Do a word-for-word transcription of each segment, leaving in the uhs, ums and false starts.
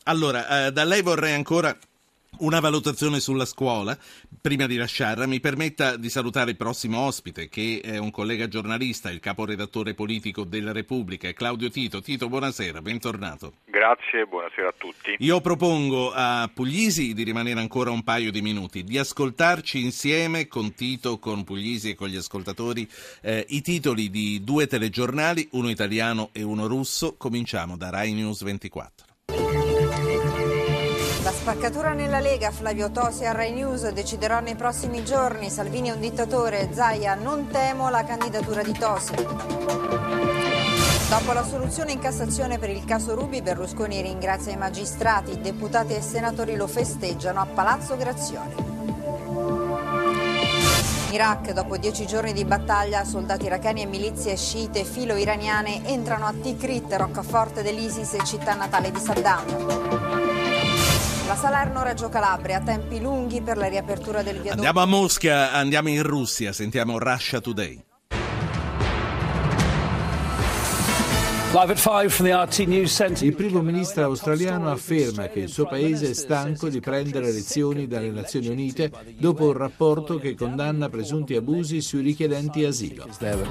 Allora, eh, da lei vorrei ancora una valutazione sulla scuola. Prima di lasciarla, mi permetta di salutare il prossimo ospite, che è un collega giornalista, il caporedattore politico della Repubblica, Claudio Tito. Tito, buonasera, bentornato. Grazie, buonasera a tutti. Io propongo a Puglisi di rimanere ancora un paio di minuti, di ascoltarci insieme con Tito, con Puglisi e con gli ascoltatori eh, i titoli di due telegiornali, uno italiano e uno russo. Cominciamo da Rai News ventiquattro. La spaccatura nella Lega, Flavio Tosi a Rai News, deciderò nei prossimi giorni, Salvini è un dittatore, Zaia non temo la candidatura di Tosi. Dopo la soluzione in Cassazione per il caso Ruby, Berlusconi ringrazia i magistrati, deputati e senatori lo festeggiano a Palazzo Grazioli. Iraq, dopo dieci giorni di battaglia, soldati iracheni e milizie sciite filo-iraniane entrano a Tikrit, roccaforte dell'ISIS e città natale di Saddam. La Salerno-Reggio Calabria, tempi lunghi per la riapertura del viadotto. Andiamo a Mosca, andiamo in Russia, sentiamo Russia Today. Il primo ministro australiano afferma che il suo paese è stanco di prendere lezioni dalle Nazioni Unite dopo un rapporto che condanna presunti abusi sui richiedenti asilo.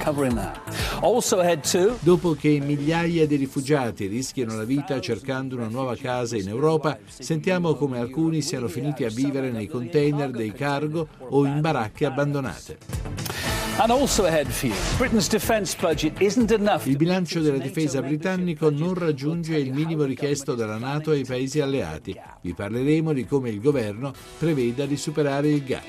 Dopo che migliaia di rifugiati rischiano la vita cercando una nuova casa in Europa, sentiamo come alcuni siano finiti a vivere nei container dei cargo o in baracche abbandonate. Il bilancio della difesa britannico non raggiunge il minimo richiesto dalla NATO ai paesi alleati. Vi parleremo di come il governo preveda di superare il gap.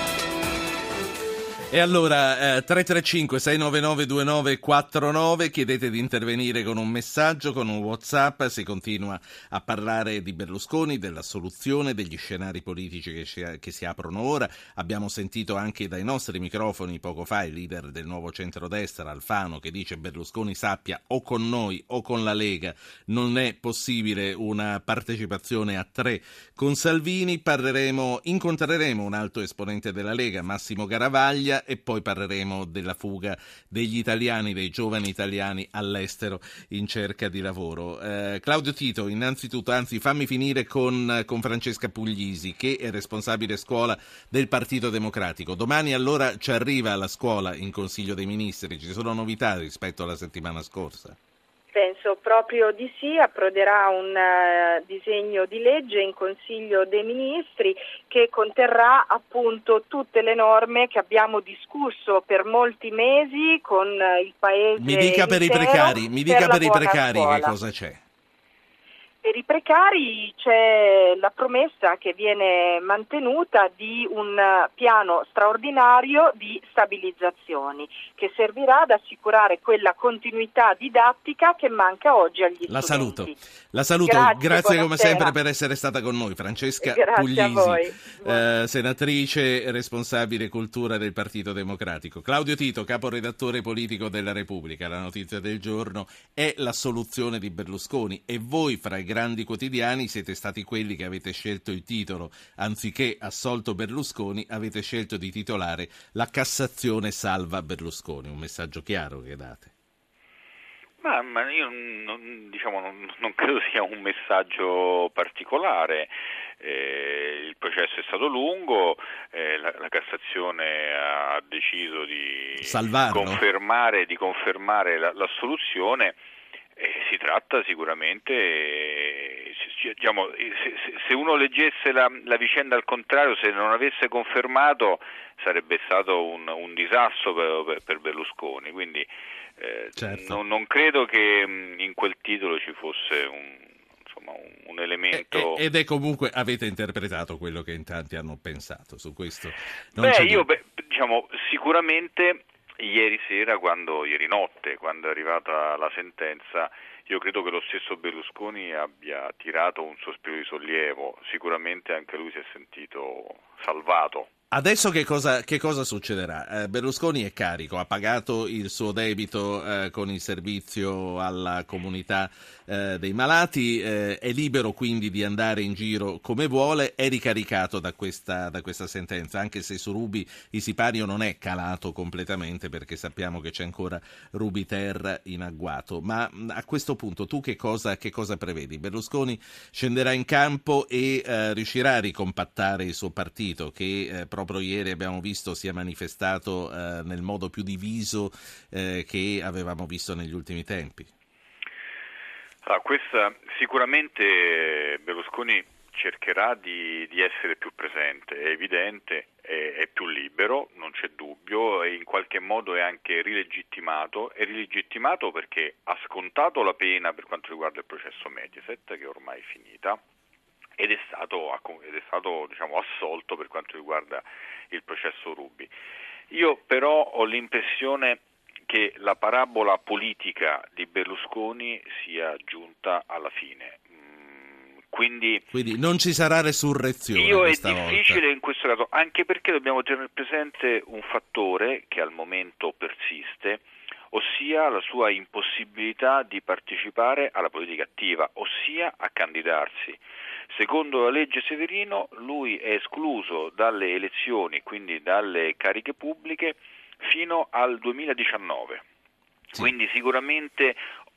E allora eh, tre tre cinque sei nove nove due nove quattro nove, chiedete di intervenire con un messaggio, con un WhatsApp. Si continua a parlare di Berlusconi, della soluzione, degli scenari politici che si, che si aprono ora. Abbiamo sentito anche dai nostri microfoni poco fa il leader del nuovo centrodestra, Alfano, che dice: Berlusconi sappia, o con noi o con la Lega non è possibile una partecipazione a tre con Salvini. Parleremo, incontreremo un alto esponente della Lega, Massimo Garavaglia, e poi parleremo della fuga degli italiani, dei giovani italiani all'estero in cerca di lavoro. Eh, Claudio Tito, innanzitutto, anzi fammi finire con, con Francesca Puglisi, che è responsabile scuola del Partito Democratico. Domani allora ci arriva la scuola in Consiglio dei Ministri, ci sono novità rispetto alla settimana scorsa? Penso proprio di sì, approderà un uh, disegno di legge in Consiglio dei Ministri che conterrà appunto tutte le norme che abbiamo discusso per molti mesi con uh, il Paese Mi dica per intero, i precari, mi dica per, per i precari scuola. Che cosa c'è? Per i precari c'è la promessa che viene mantenuta di un piano straordinario di stabilizzazioni che servirà ad assicurare quella continuità didattica che manca oggi agli la studenti. Saluto. La saluto, grazie, grazie come buonasera. sempre per essere stata con noi. Francesca grazie Puglisi, a voi. eh, senatrice responsabile cultura del Partito Democratico. Claudio Tito, caporedattore politico della Repubblica. La notizia del giorno è la soluzione di Berlusconi e voi fra i grandi quotidiani siete stati quelli che avete scelto il titolo. Anziché assolto Berlusconi, avete scelto di titolare La Cassazione salva Berlusconi. Un messaggio chiaro che date. Ma, ma io non, diciamo, non, non credo sia un messaggio particolare. Eh, il processo è stato lungo, eh, la, la Cassazione ha deciso di Salvarlo. confermare, di confermare la, la soluzione. Eh, si tratta sicuramente, eh, diciamo, se, se uno leggesse la, la vicenda al contrario, se non avesse confermato, sarebbe stato un, un disastro per, per Berlusconi. Quindi eh, certo. non, non credo che mh, in quel titolo ci fosse un, insomma, un, un elemento. Ed è comunque, avete interpretato quello che in tanti hanno pensato su questo. Non beh, c'è io beh, diciamo sicuramente. Ieri sera, quando ieri notte, quando è arrivata la sentenza, io credo che lo stesso Berlusconi abbia tirato un sospiro di sollievo. Sicuramente anche lui si è sentito salvato Adesso che cosa, che cosa succederà? Eh, Berlusconi è carico, ha pagato il suo debito eh, con il servizio alla comunità eh, dei malati, eh, è libero quindi di andare in giro come vuole, è ricaricato da questa, da questa sentenza, anche se su Ruby il sipario non è calato completamente, perché sappiamo che c'è ancora Ruby Ter in agguato. Ma a questo punto tu che cosa, che cosa prevedi? Berlusconi scenderà in campo e eh, riuscirà a ricompattare il suo partito, che eh, proprio ieri abbiamo visto si è manifestato eh, nel modo più diviso eh, che avevamo visto negli ultimi tempi? Allora, questa, sicuramente Berlusconi cercherà di, di essere più presente, è evidente, è, è più libero, non c'è dubbio, e in qualche modo è anche rilegittimato, è rilegittimato perché ha scontato la pena per quanto riguarda il processo Mediaset, che è ormai finita, ed è stato, ed è stato diciamo, assolto per quanto riguarda il processo Ruby. Io però ho l'impressione che la parabola politica di Berlusconi sia giunta alla fine. Quindi, Quindi non ci sarà resurrezione io questa è difficile volta. In questo caso, anche perché dobbiamo tenere presente un fattore che al momento persiste, ossia la sua impossibilità di partecipare alla politica attiva, ossia a candidarsi. Secondo la legge Severino lui è escluso dalle elezioni, quindi dalle cariche pubbliche, fino al duemiladiciannove. Sì. Quindi sicuramente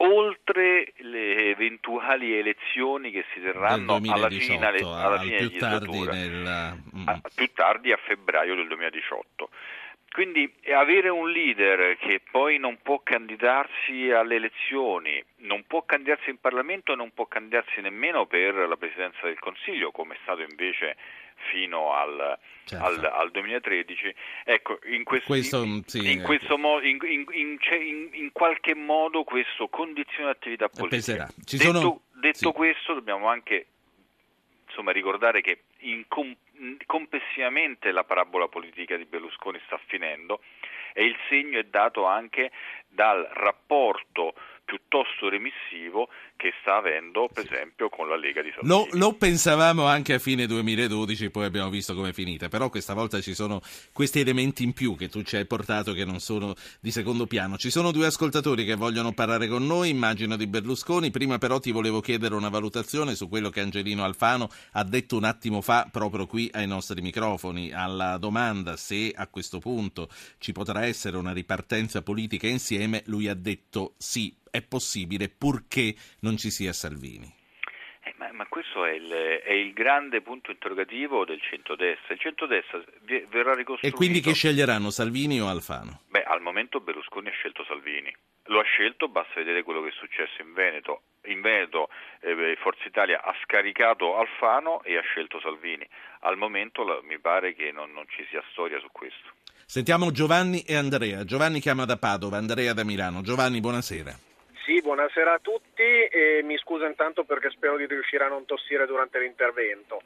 oltre le eventuali elezioni che si terranno alla fine, alla fine più legislatura, tardi nel... a, più tardi a febbraio del duemiladiciotto. Quindi avere un leader che poi non può candidarsi alle elezioni, non può candidarsi in Parlamento e non può candidarsi nemmeno per la Presidenza del Consiglio, come è stato invece fino al, certo. al, al duemilatredici, ecco, in questo, questo, in, sì, in, questo mo, in, in, in, in qualche modo questo condiziona l'attività politica. Ci detto sono, detto sì. questo, dobbiamo anche insomma ricordare che in, com, complessivamente la parabola politica di Berlusconi sta finendo, e il segno è dato anche dal rapporto piuttosto remissivo che sta avendo per esempio con la Lega di Salvini. Lo, lo pensavamo anche a fine duemiladodici, poi abbiamo visto com'è finita, però questa volta ci sono questi elementi in più che tu ci hai portato, che non sono di secondo piano. Ci sono due ascoltatori che vogliono parlare con noi, immagino di Berlusconi. Prima però ti volevo chiedere una valutazione su quello che Angelino Alfano ha detto un attimo fa proprio qui ai nostri microfoni, alla domanda se a questo punto ci potrà essere una ripartenza politica insieme. Lui ha detto sì, è possibile purché non ci sia Salvini. Eh, ma, ma questo è il, è il grande punto interrogativo del centrodestra. Il centrodestra verrà ricostruito. E quindi che sceglieranno, Salvini o Alfano? Beh, al momento Berlusconi ha scelto Salvini. Lo ha scelto, basta vedere quello che è successo in Veneto. In Veneto eh, Forza Italia ha scaricato Alfano e ha scelto Salvini. Al momento la, mi pare che non, non ci sia storia su questo. Sentiamo Giovanni e Andrea. Giovanni chiama da Padova, Andrea da Milano. Giovanni, buonasera. Sì, buonasera a tutti e mi scuso intanto perché spero di riuscire a non tossire durante l'intervento.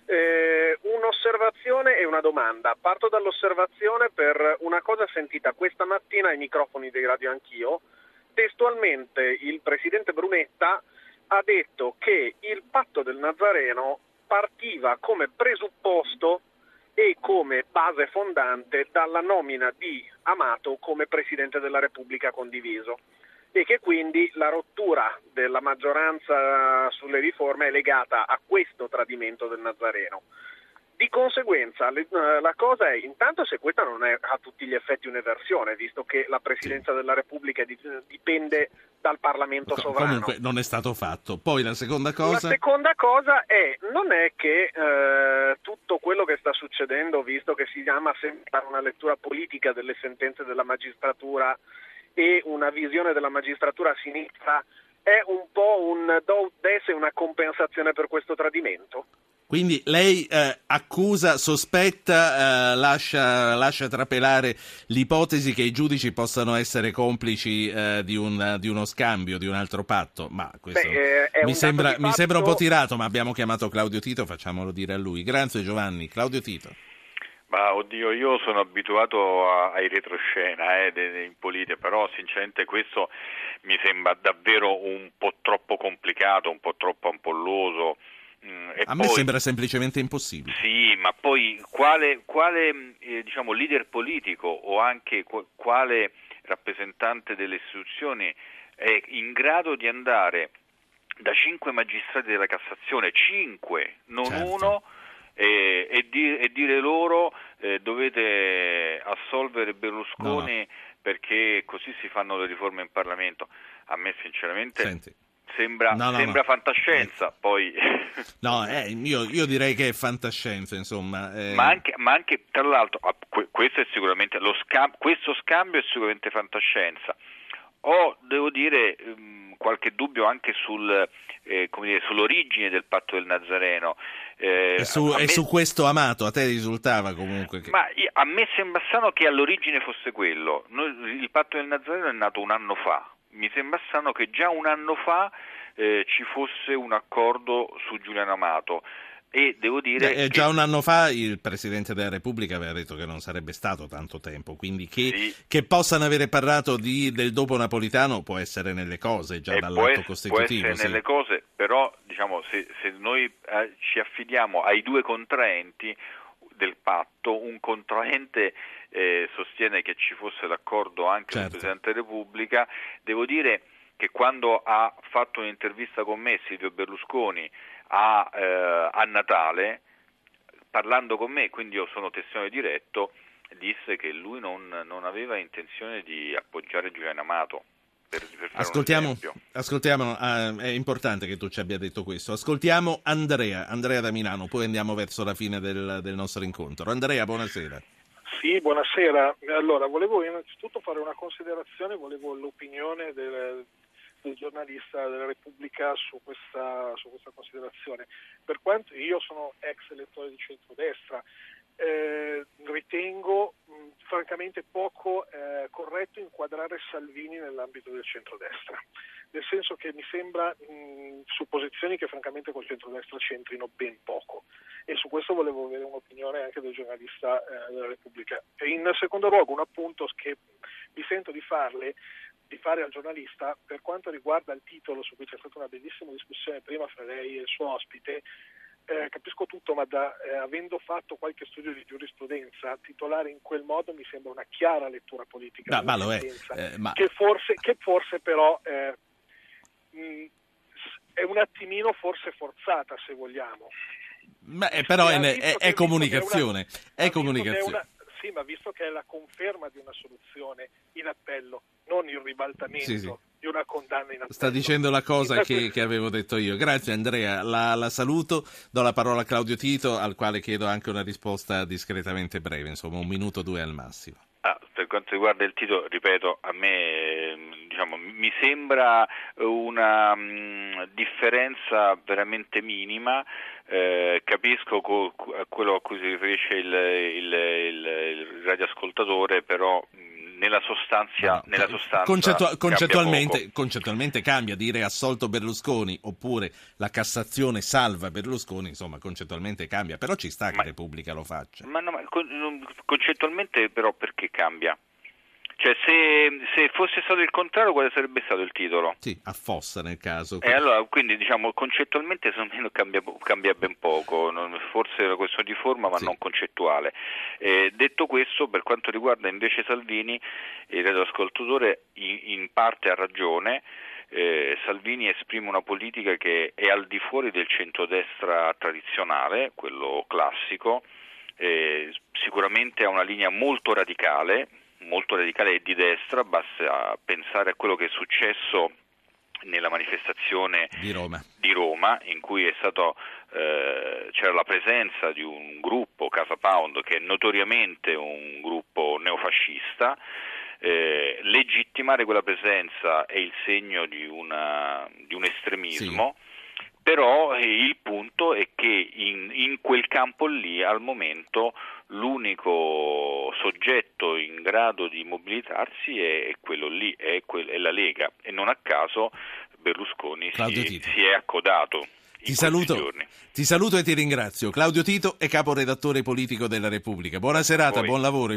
Eh, un'osservazione e una domanda. Parto dall'osservazione per una cosa sentita questa mattina ai microfoni dei Radio Anch'io. Testualmente il presidente Brunetta ha detto che il patto del Nazareno partiva come presupposto e come base fondante dalla nomina di Amato come Presidente della Repubblica condiviso, e che quindi la rottura della maggioranza sulle riforme è legata a questo tradimento del Nazareno. Di conseguenza la cosa è, intanto, se questa non è a tutti gli effetti un'eversione, visto che la Presidenza della Repubblica dipende dal Parlamento sovrano. Comunque non è stato fatto. Poi la seconda cosa... La seconda cosa è, non è che eh, tutto quello che sta succedendo, visto che si ama sempre una lettura politica delle sentenze della magistratura e una visione della magistratura a sinistra, è un po' un do ut des e una compensazione per questo tradimento? Quindi lei eh, accusa, sospetta, eh, lascia, lascia trapelare l'ipotesi che i giudici possano essere complici eh, di, un, di uno scambio, di un altro patto. Ma questo Beh, eh, mi, sembra, fatto... mi sembra un po' tirato, ma abbiamo chiamato Claudio Tito, facciamolo dire a lui. Grazie Giovanni. Claudio Tito. Ma oddio, io sono abituato a, ai retroscena eh, de, de, in politica, però sinceramente questo mi sembra davvero un po' troppo complicato, un po' troppo ampolloso. E a poi, me sembra semplicemente impossibile. Sì, ma poi quale, quale eh, diciamo, leader politico o anche qu- quale rappresentante delle istituzioni è in grado di andare da cinque magistrati della Cassazione, cinque, non certo. uno, e, e, di, e dire loro eh, dovete assolvere Berlusconi, no, no, perché così si fanno le riforme in Parlamento. A me sinceramente Senti. sembra, no, no, sembra no. fantascienza. Eh. Poi no, eh, io, io direi che è fantascienza, insomma. Eh. Ma, anche, ma anche, tra l'altro, questo è sicuramente lo scam- questo scambio è sicuramente fantascienza. Ho, devo dire, um, qualche dubbio anche sul, eh, come dire, sull'origine del patto del Nazareno. Eh, e, su, e me... su questo Amato, a te risultava comunque? Che... Ma io, a me sembra strano che all'origine fosse quello. Noi, il patto del Nazareno è nato un anno fa. Mi sembra strano che già un anno fa eh, ci fosse un accordo su Giuliano Amato. E devo dire eh, che... già un anno fa il Presidente della Repubblica aveva detto che non sarebbe stato tanto tempo, quindi che, sì. che possano avere parlato di, del dopo napolitano può essere nelle cose, già e dall'atto può costitutivo. Può essere sì. nelle cose, però diciamo se, se noi eh, ci affidiamo ai due contraenti del patto, un contraente eh, sostiene che ci fosse l'accordo anche certo. del Presidente della Repubblica, devo dire che quando ha fatto un'intervista con me Silvio Berlusconi A, eh, a Natale, parlando con me, quindi io sono testimone diretto, disse che lui non, non aveva intenzione di appoggiare Giuliano Amato. Per, per fare ascoltiamo, un esempio. ascoltiamo uh, è importante che tu ci abbia detto questo. Ascoltiamo Andrea, Andrea da Milano, poi andiamo verso la fine del, del nostro incontro. Andrea, buonasera. Sì, buonasera. Allora, volevo innanzitutto fare una considerazione, volevo l'opinione del del giornalista della Repubblica su questa, su questa considerazione. Per quanto io sono ex elettore di centrodestra, eh, ritengo mh, francamente poco eh, corretto inquadrare Salvini nell'ambito del centrodestra, nel senso che mi sembra mh, su posizioni che francamente col centrodestra c'entrino ben poco, e su questo volevo avere un'opinione anche del giornalista eh, della Repubblica. E in secondo luogo un appunto che mi sento di farle di fare al giornalista per quanto riguarda il titolo, su cui c'è stata una bellissima discussione prima fra lei e il suo ospite. Eh, capisco tutto, ma da, eh, avendo fatto qualche studio di giurisprudenza, titolare in quel modo mi sembra una chiara lettura politica no, ma lo è, eh, ma... che, forse, che forse però eh, mh, è un attimino forse forzata, se vogliamo. Ma è, però è, è, è comunicazione, è, una, è comunicazione. È una, sì, ma visto che è la conferma di una soluzione in appello, non il ribaltamento sì, sì. di una condanna in appello. Sta dicendo la cosa che, che avevo detto io. Grazie Andrea, la, la saluto, do la parola a Claudio Tito, al quale chiedo anche una risposta discretamente breve, insomma un minuto o due al massimo. Ah, per quanto riguarda il Tito, ripeto, a me diciamo, mi sembra una mh, differenza veramente minima. Eh, capisco co- quello a cui si riferisce il, il, il, il radioascoltatore, però mh, nella sostanza, no, nella sostanza concettu- concettualmente, cambia concettualmente cambia dire assolto Berlusconi oppure la Cassazione salva Berlusconi, insomma concettualmente cambia, però ci sta che ma, Repubblica lo faccia. Ma, no, ma con, concettualmente però perché cambia? Cioè se, se fosse stato il contrario, quale sarebbe stato il titolo? Sì, affossa nel caso. E allora, quindi diciamo concettualmente secondo me cambia, cambia ben poco, non, forse è una questione di forma ma sì. non concettuale. Eh, detto questo, per quanto riguarda invece Salvini, il radioascoltatore in, in parte ha ragione. Eh, Salvini esprime una politica che è al di fuori del centrodestra tradizionale, quello classico, eh, sicuramente ha una linea molto radicale, molto radicale e di destra, basta pensare a quello che è successo nella manifestazione di Roma, di Roma in cui è stato, eh, c'era la presenza di un gruppo, Casa Pound, che è notoriamente un gruppo neofascista. Eh, legittimare quella presenza è il segno di, una, di un estremismo, sì. Però eh, il punto è che in, in quel campo lì al momento l'unico soggetto in grado di mobilitarsi è, è quello lì, è, quel, è la Lega, e non a caso Berlusconi si, si è accodato. Ti saluto, ti saluto e ti ringrazio. Claudio Tito è caporedattore politico della Repubblica. Buona serata, buon lavoro.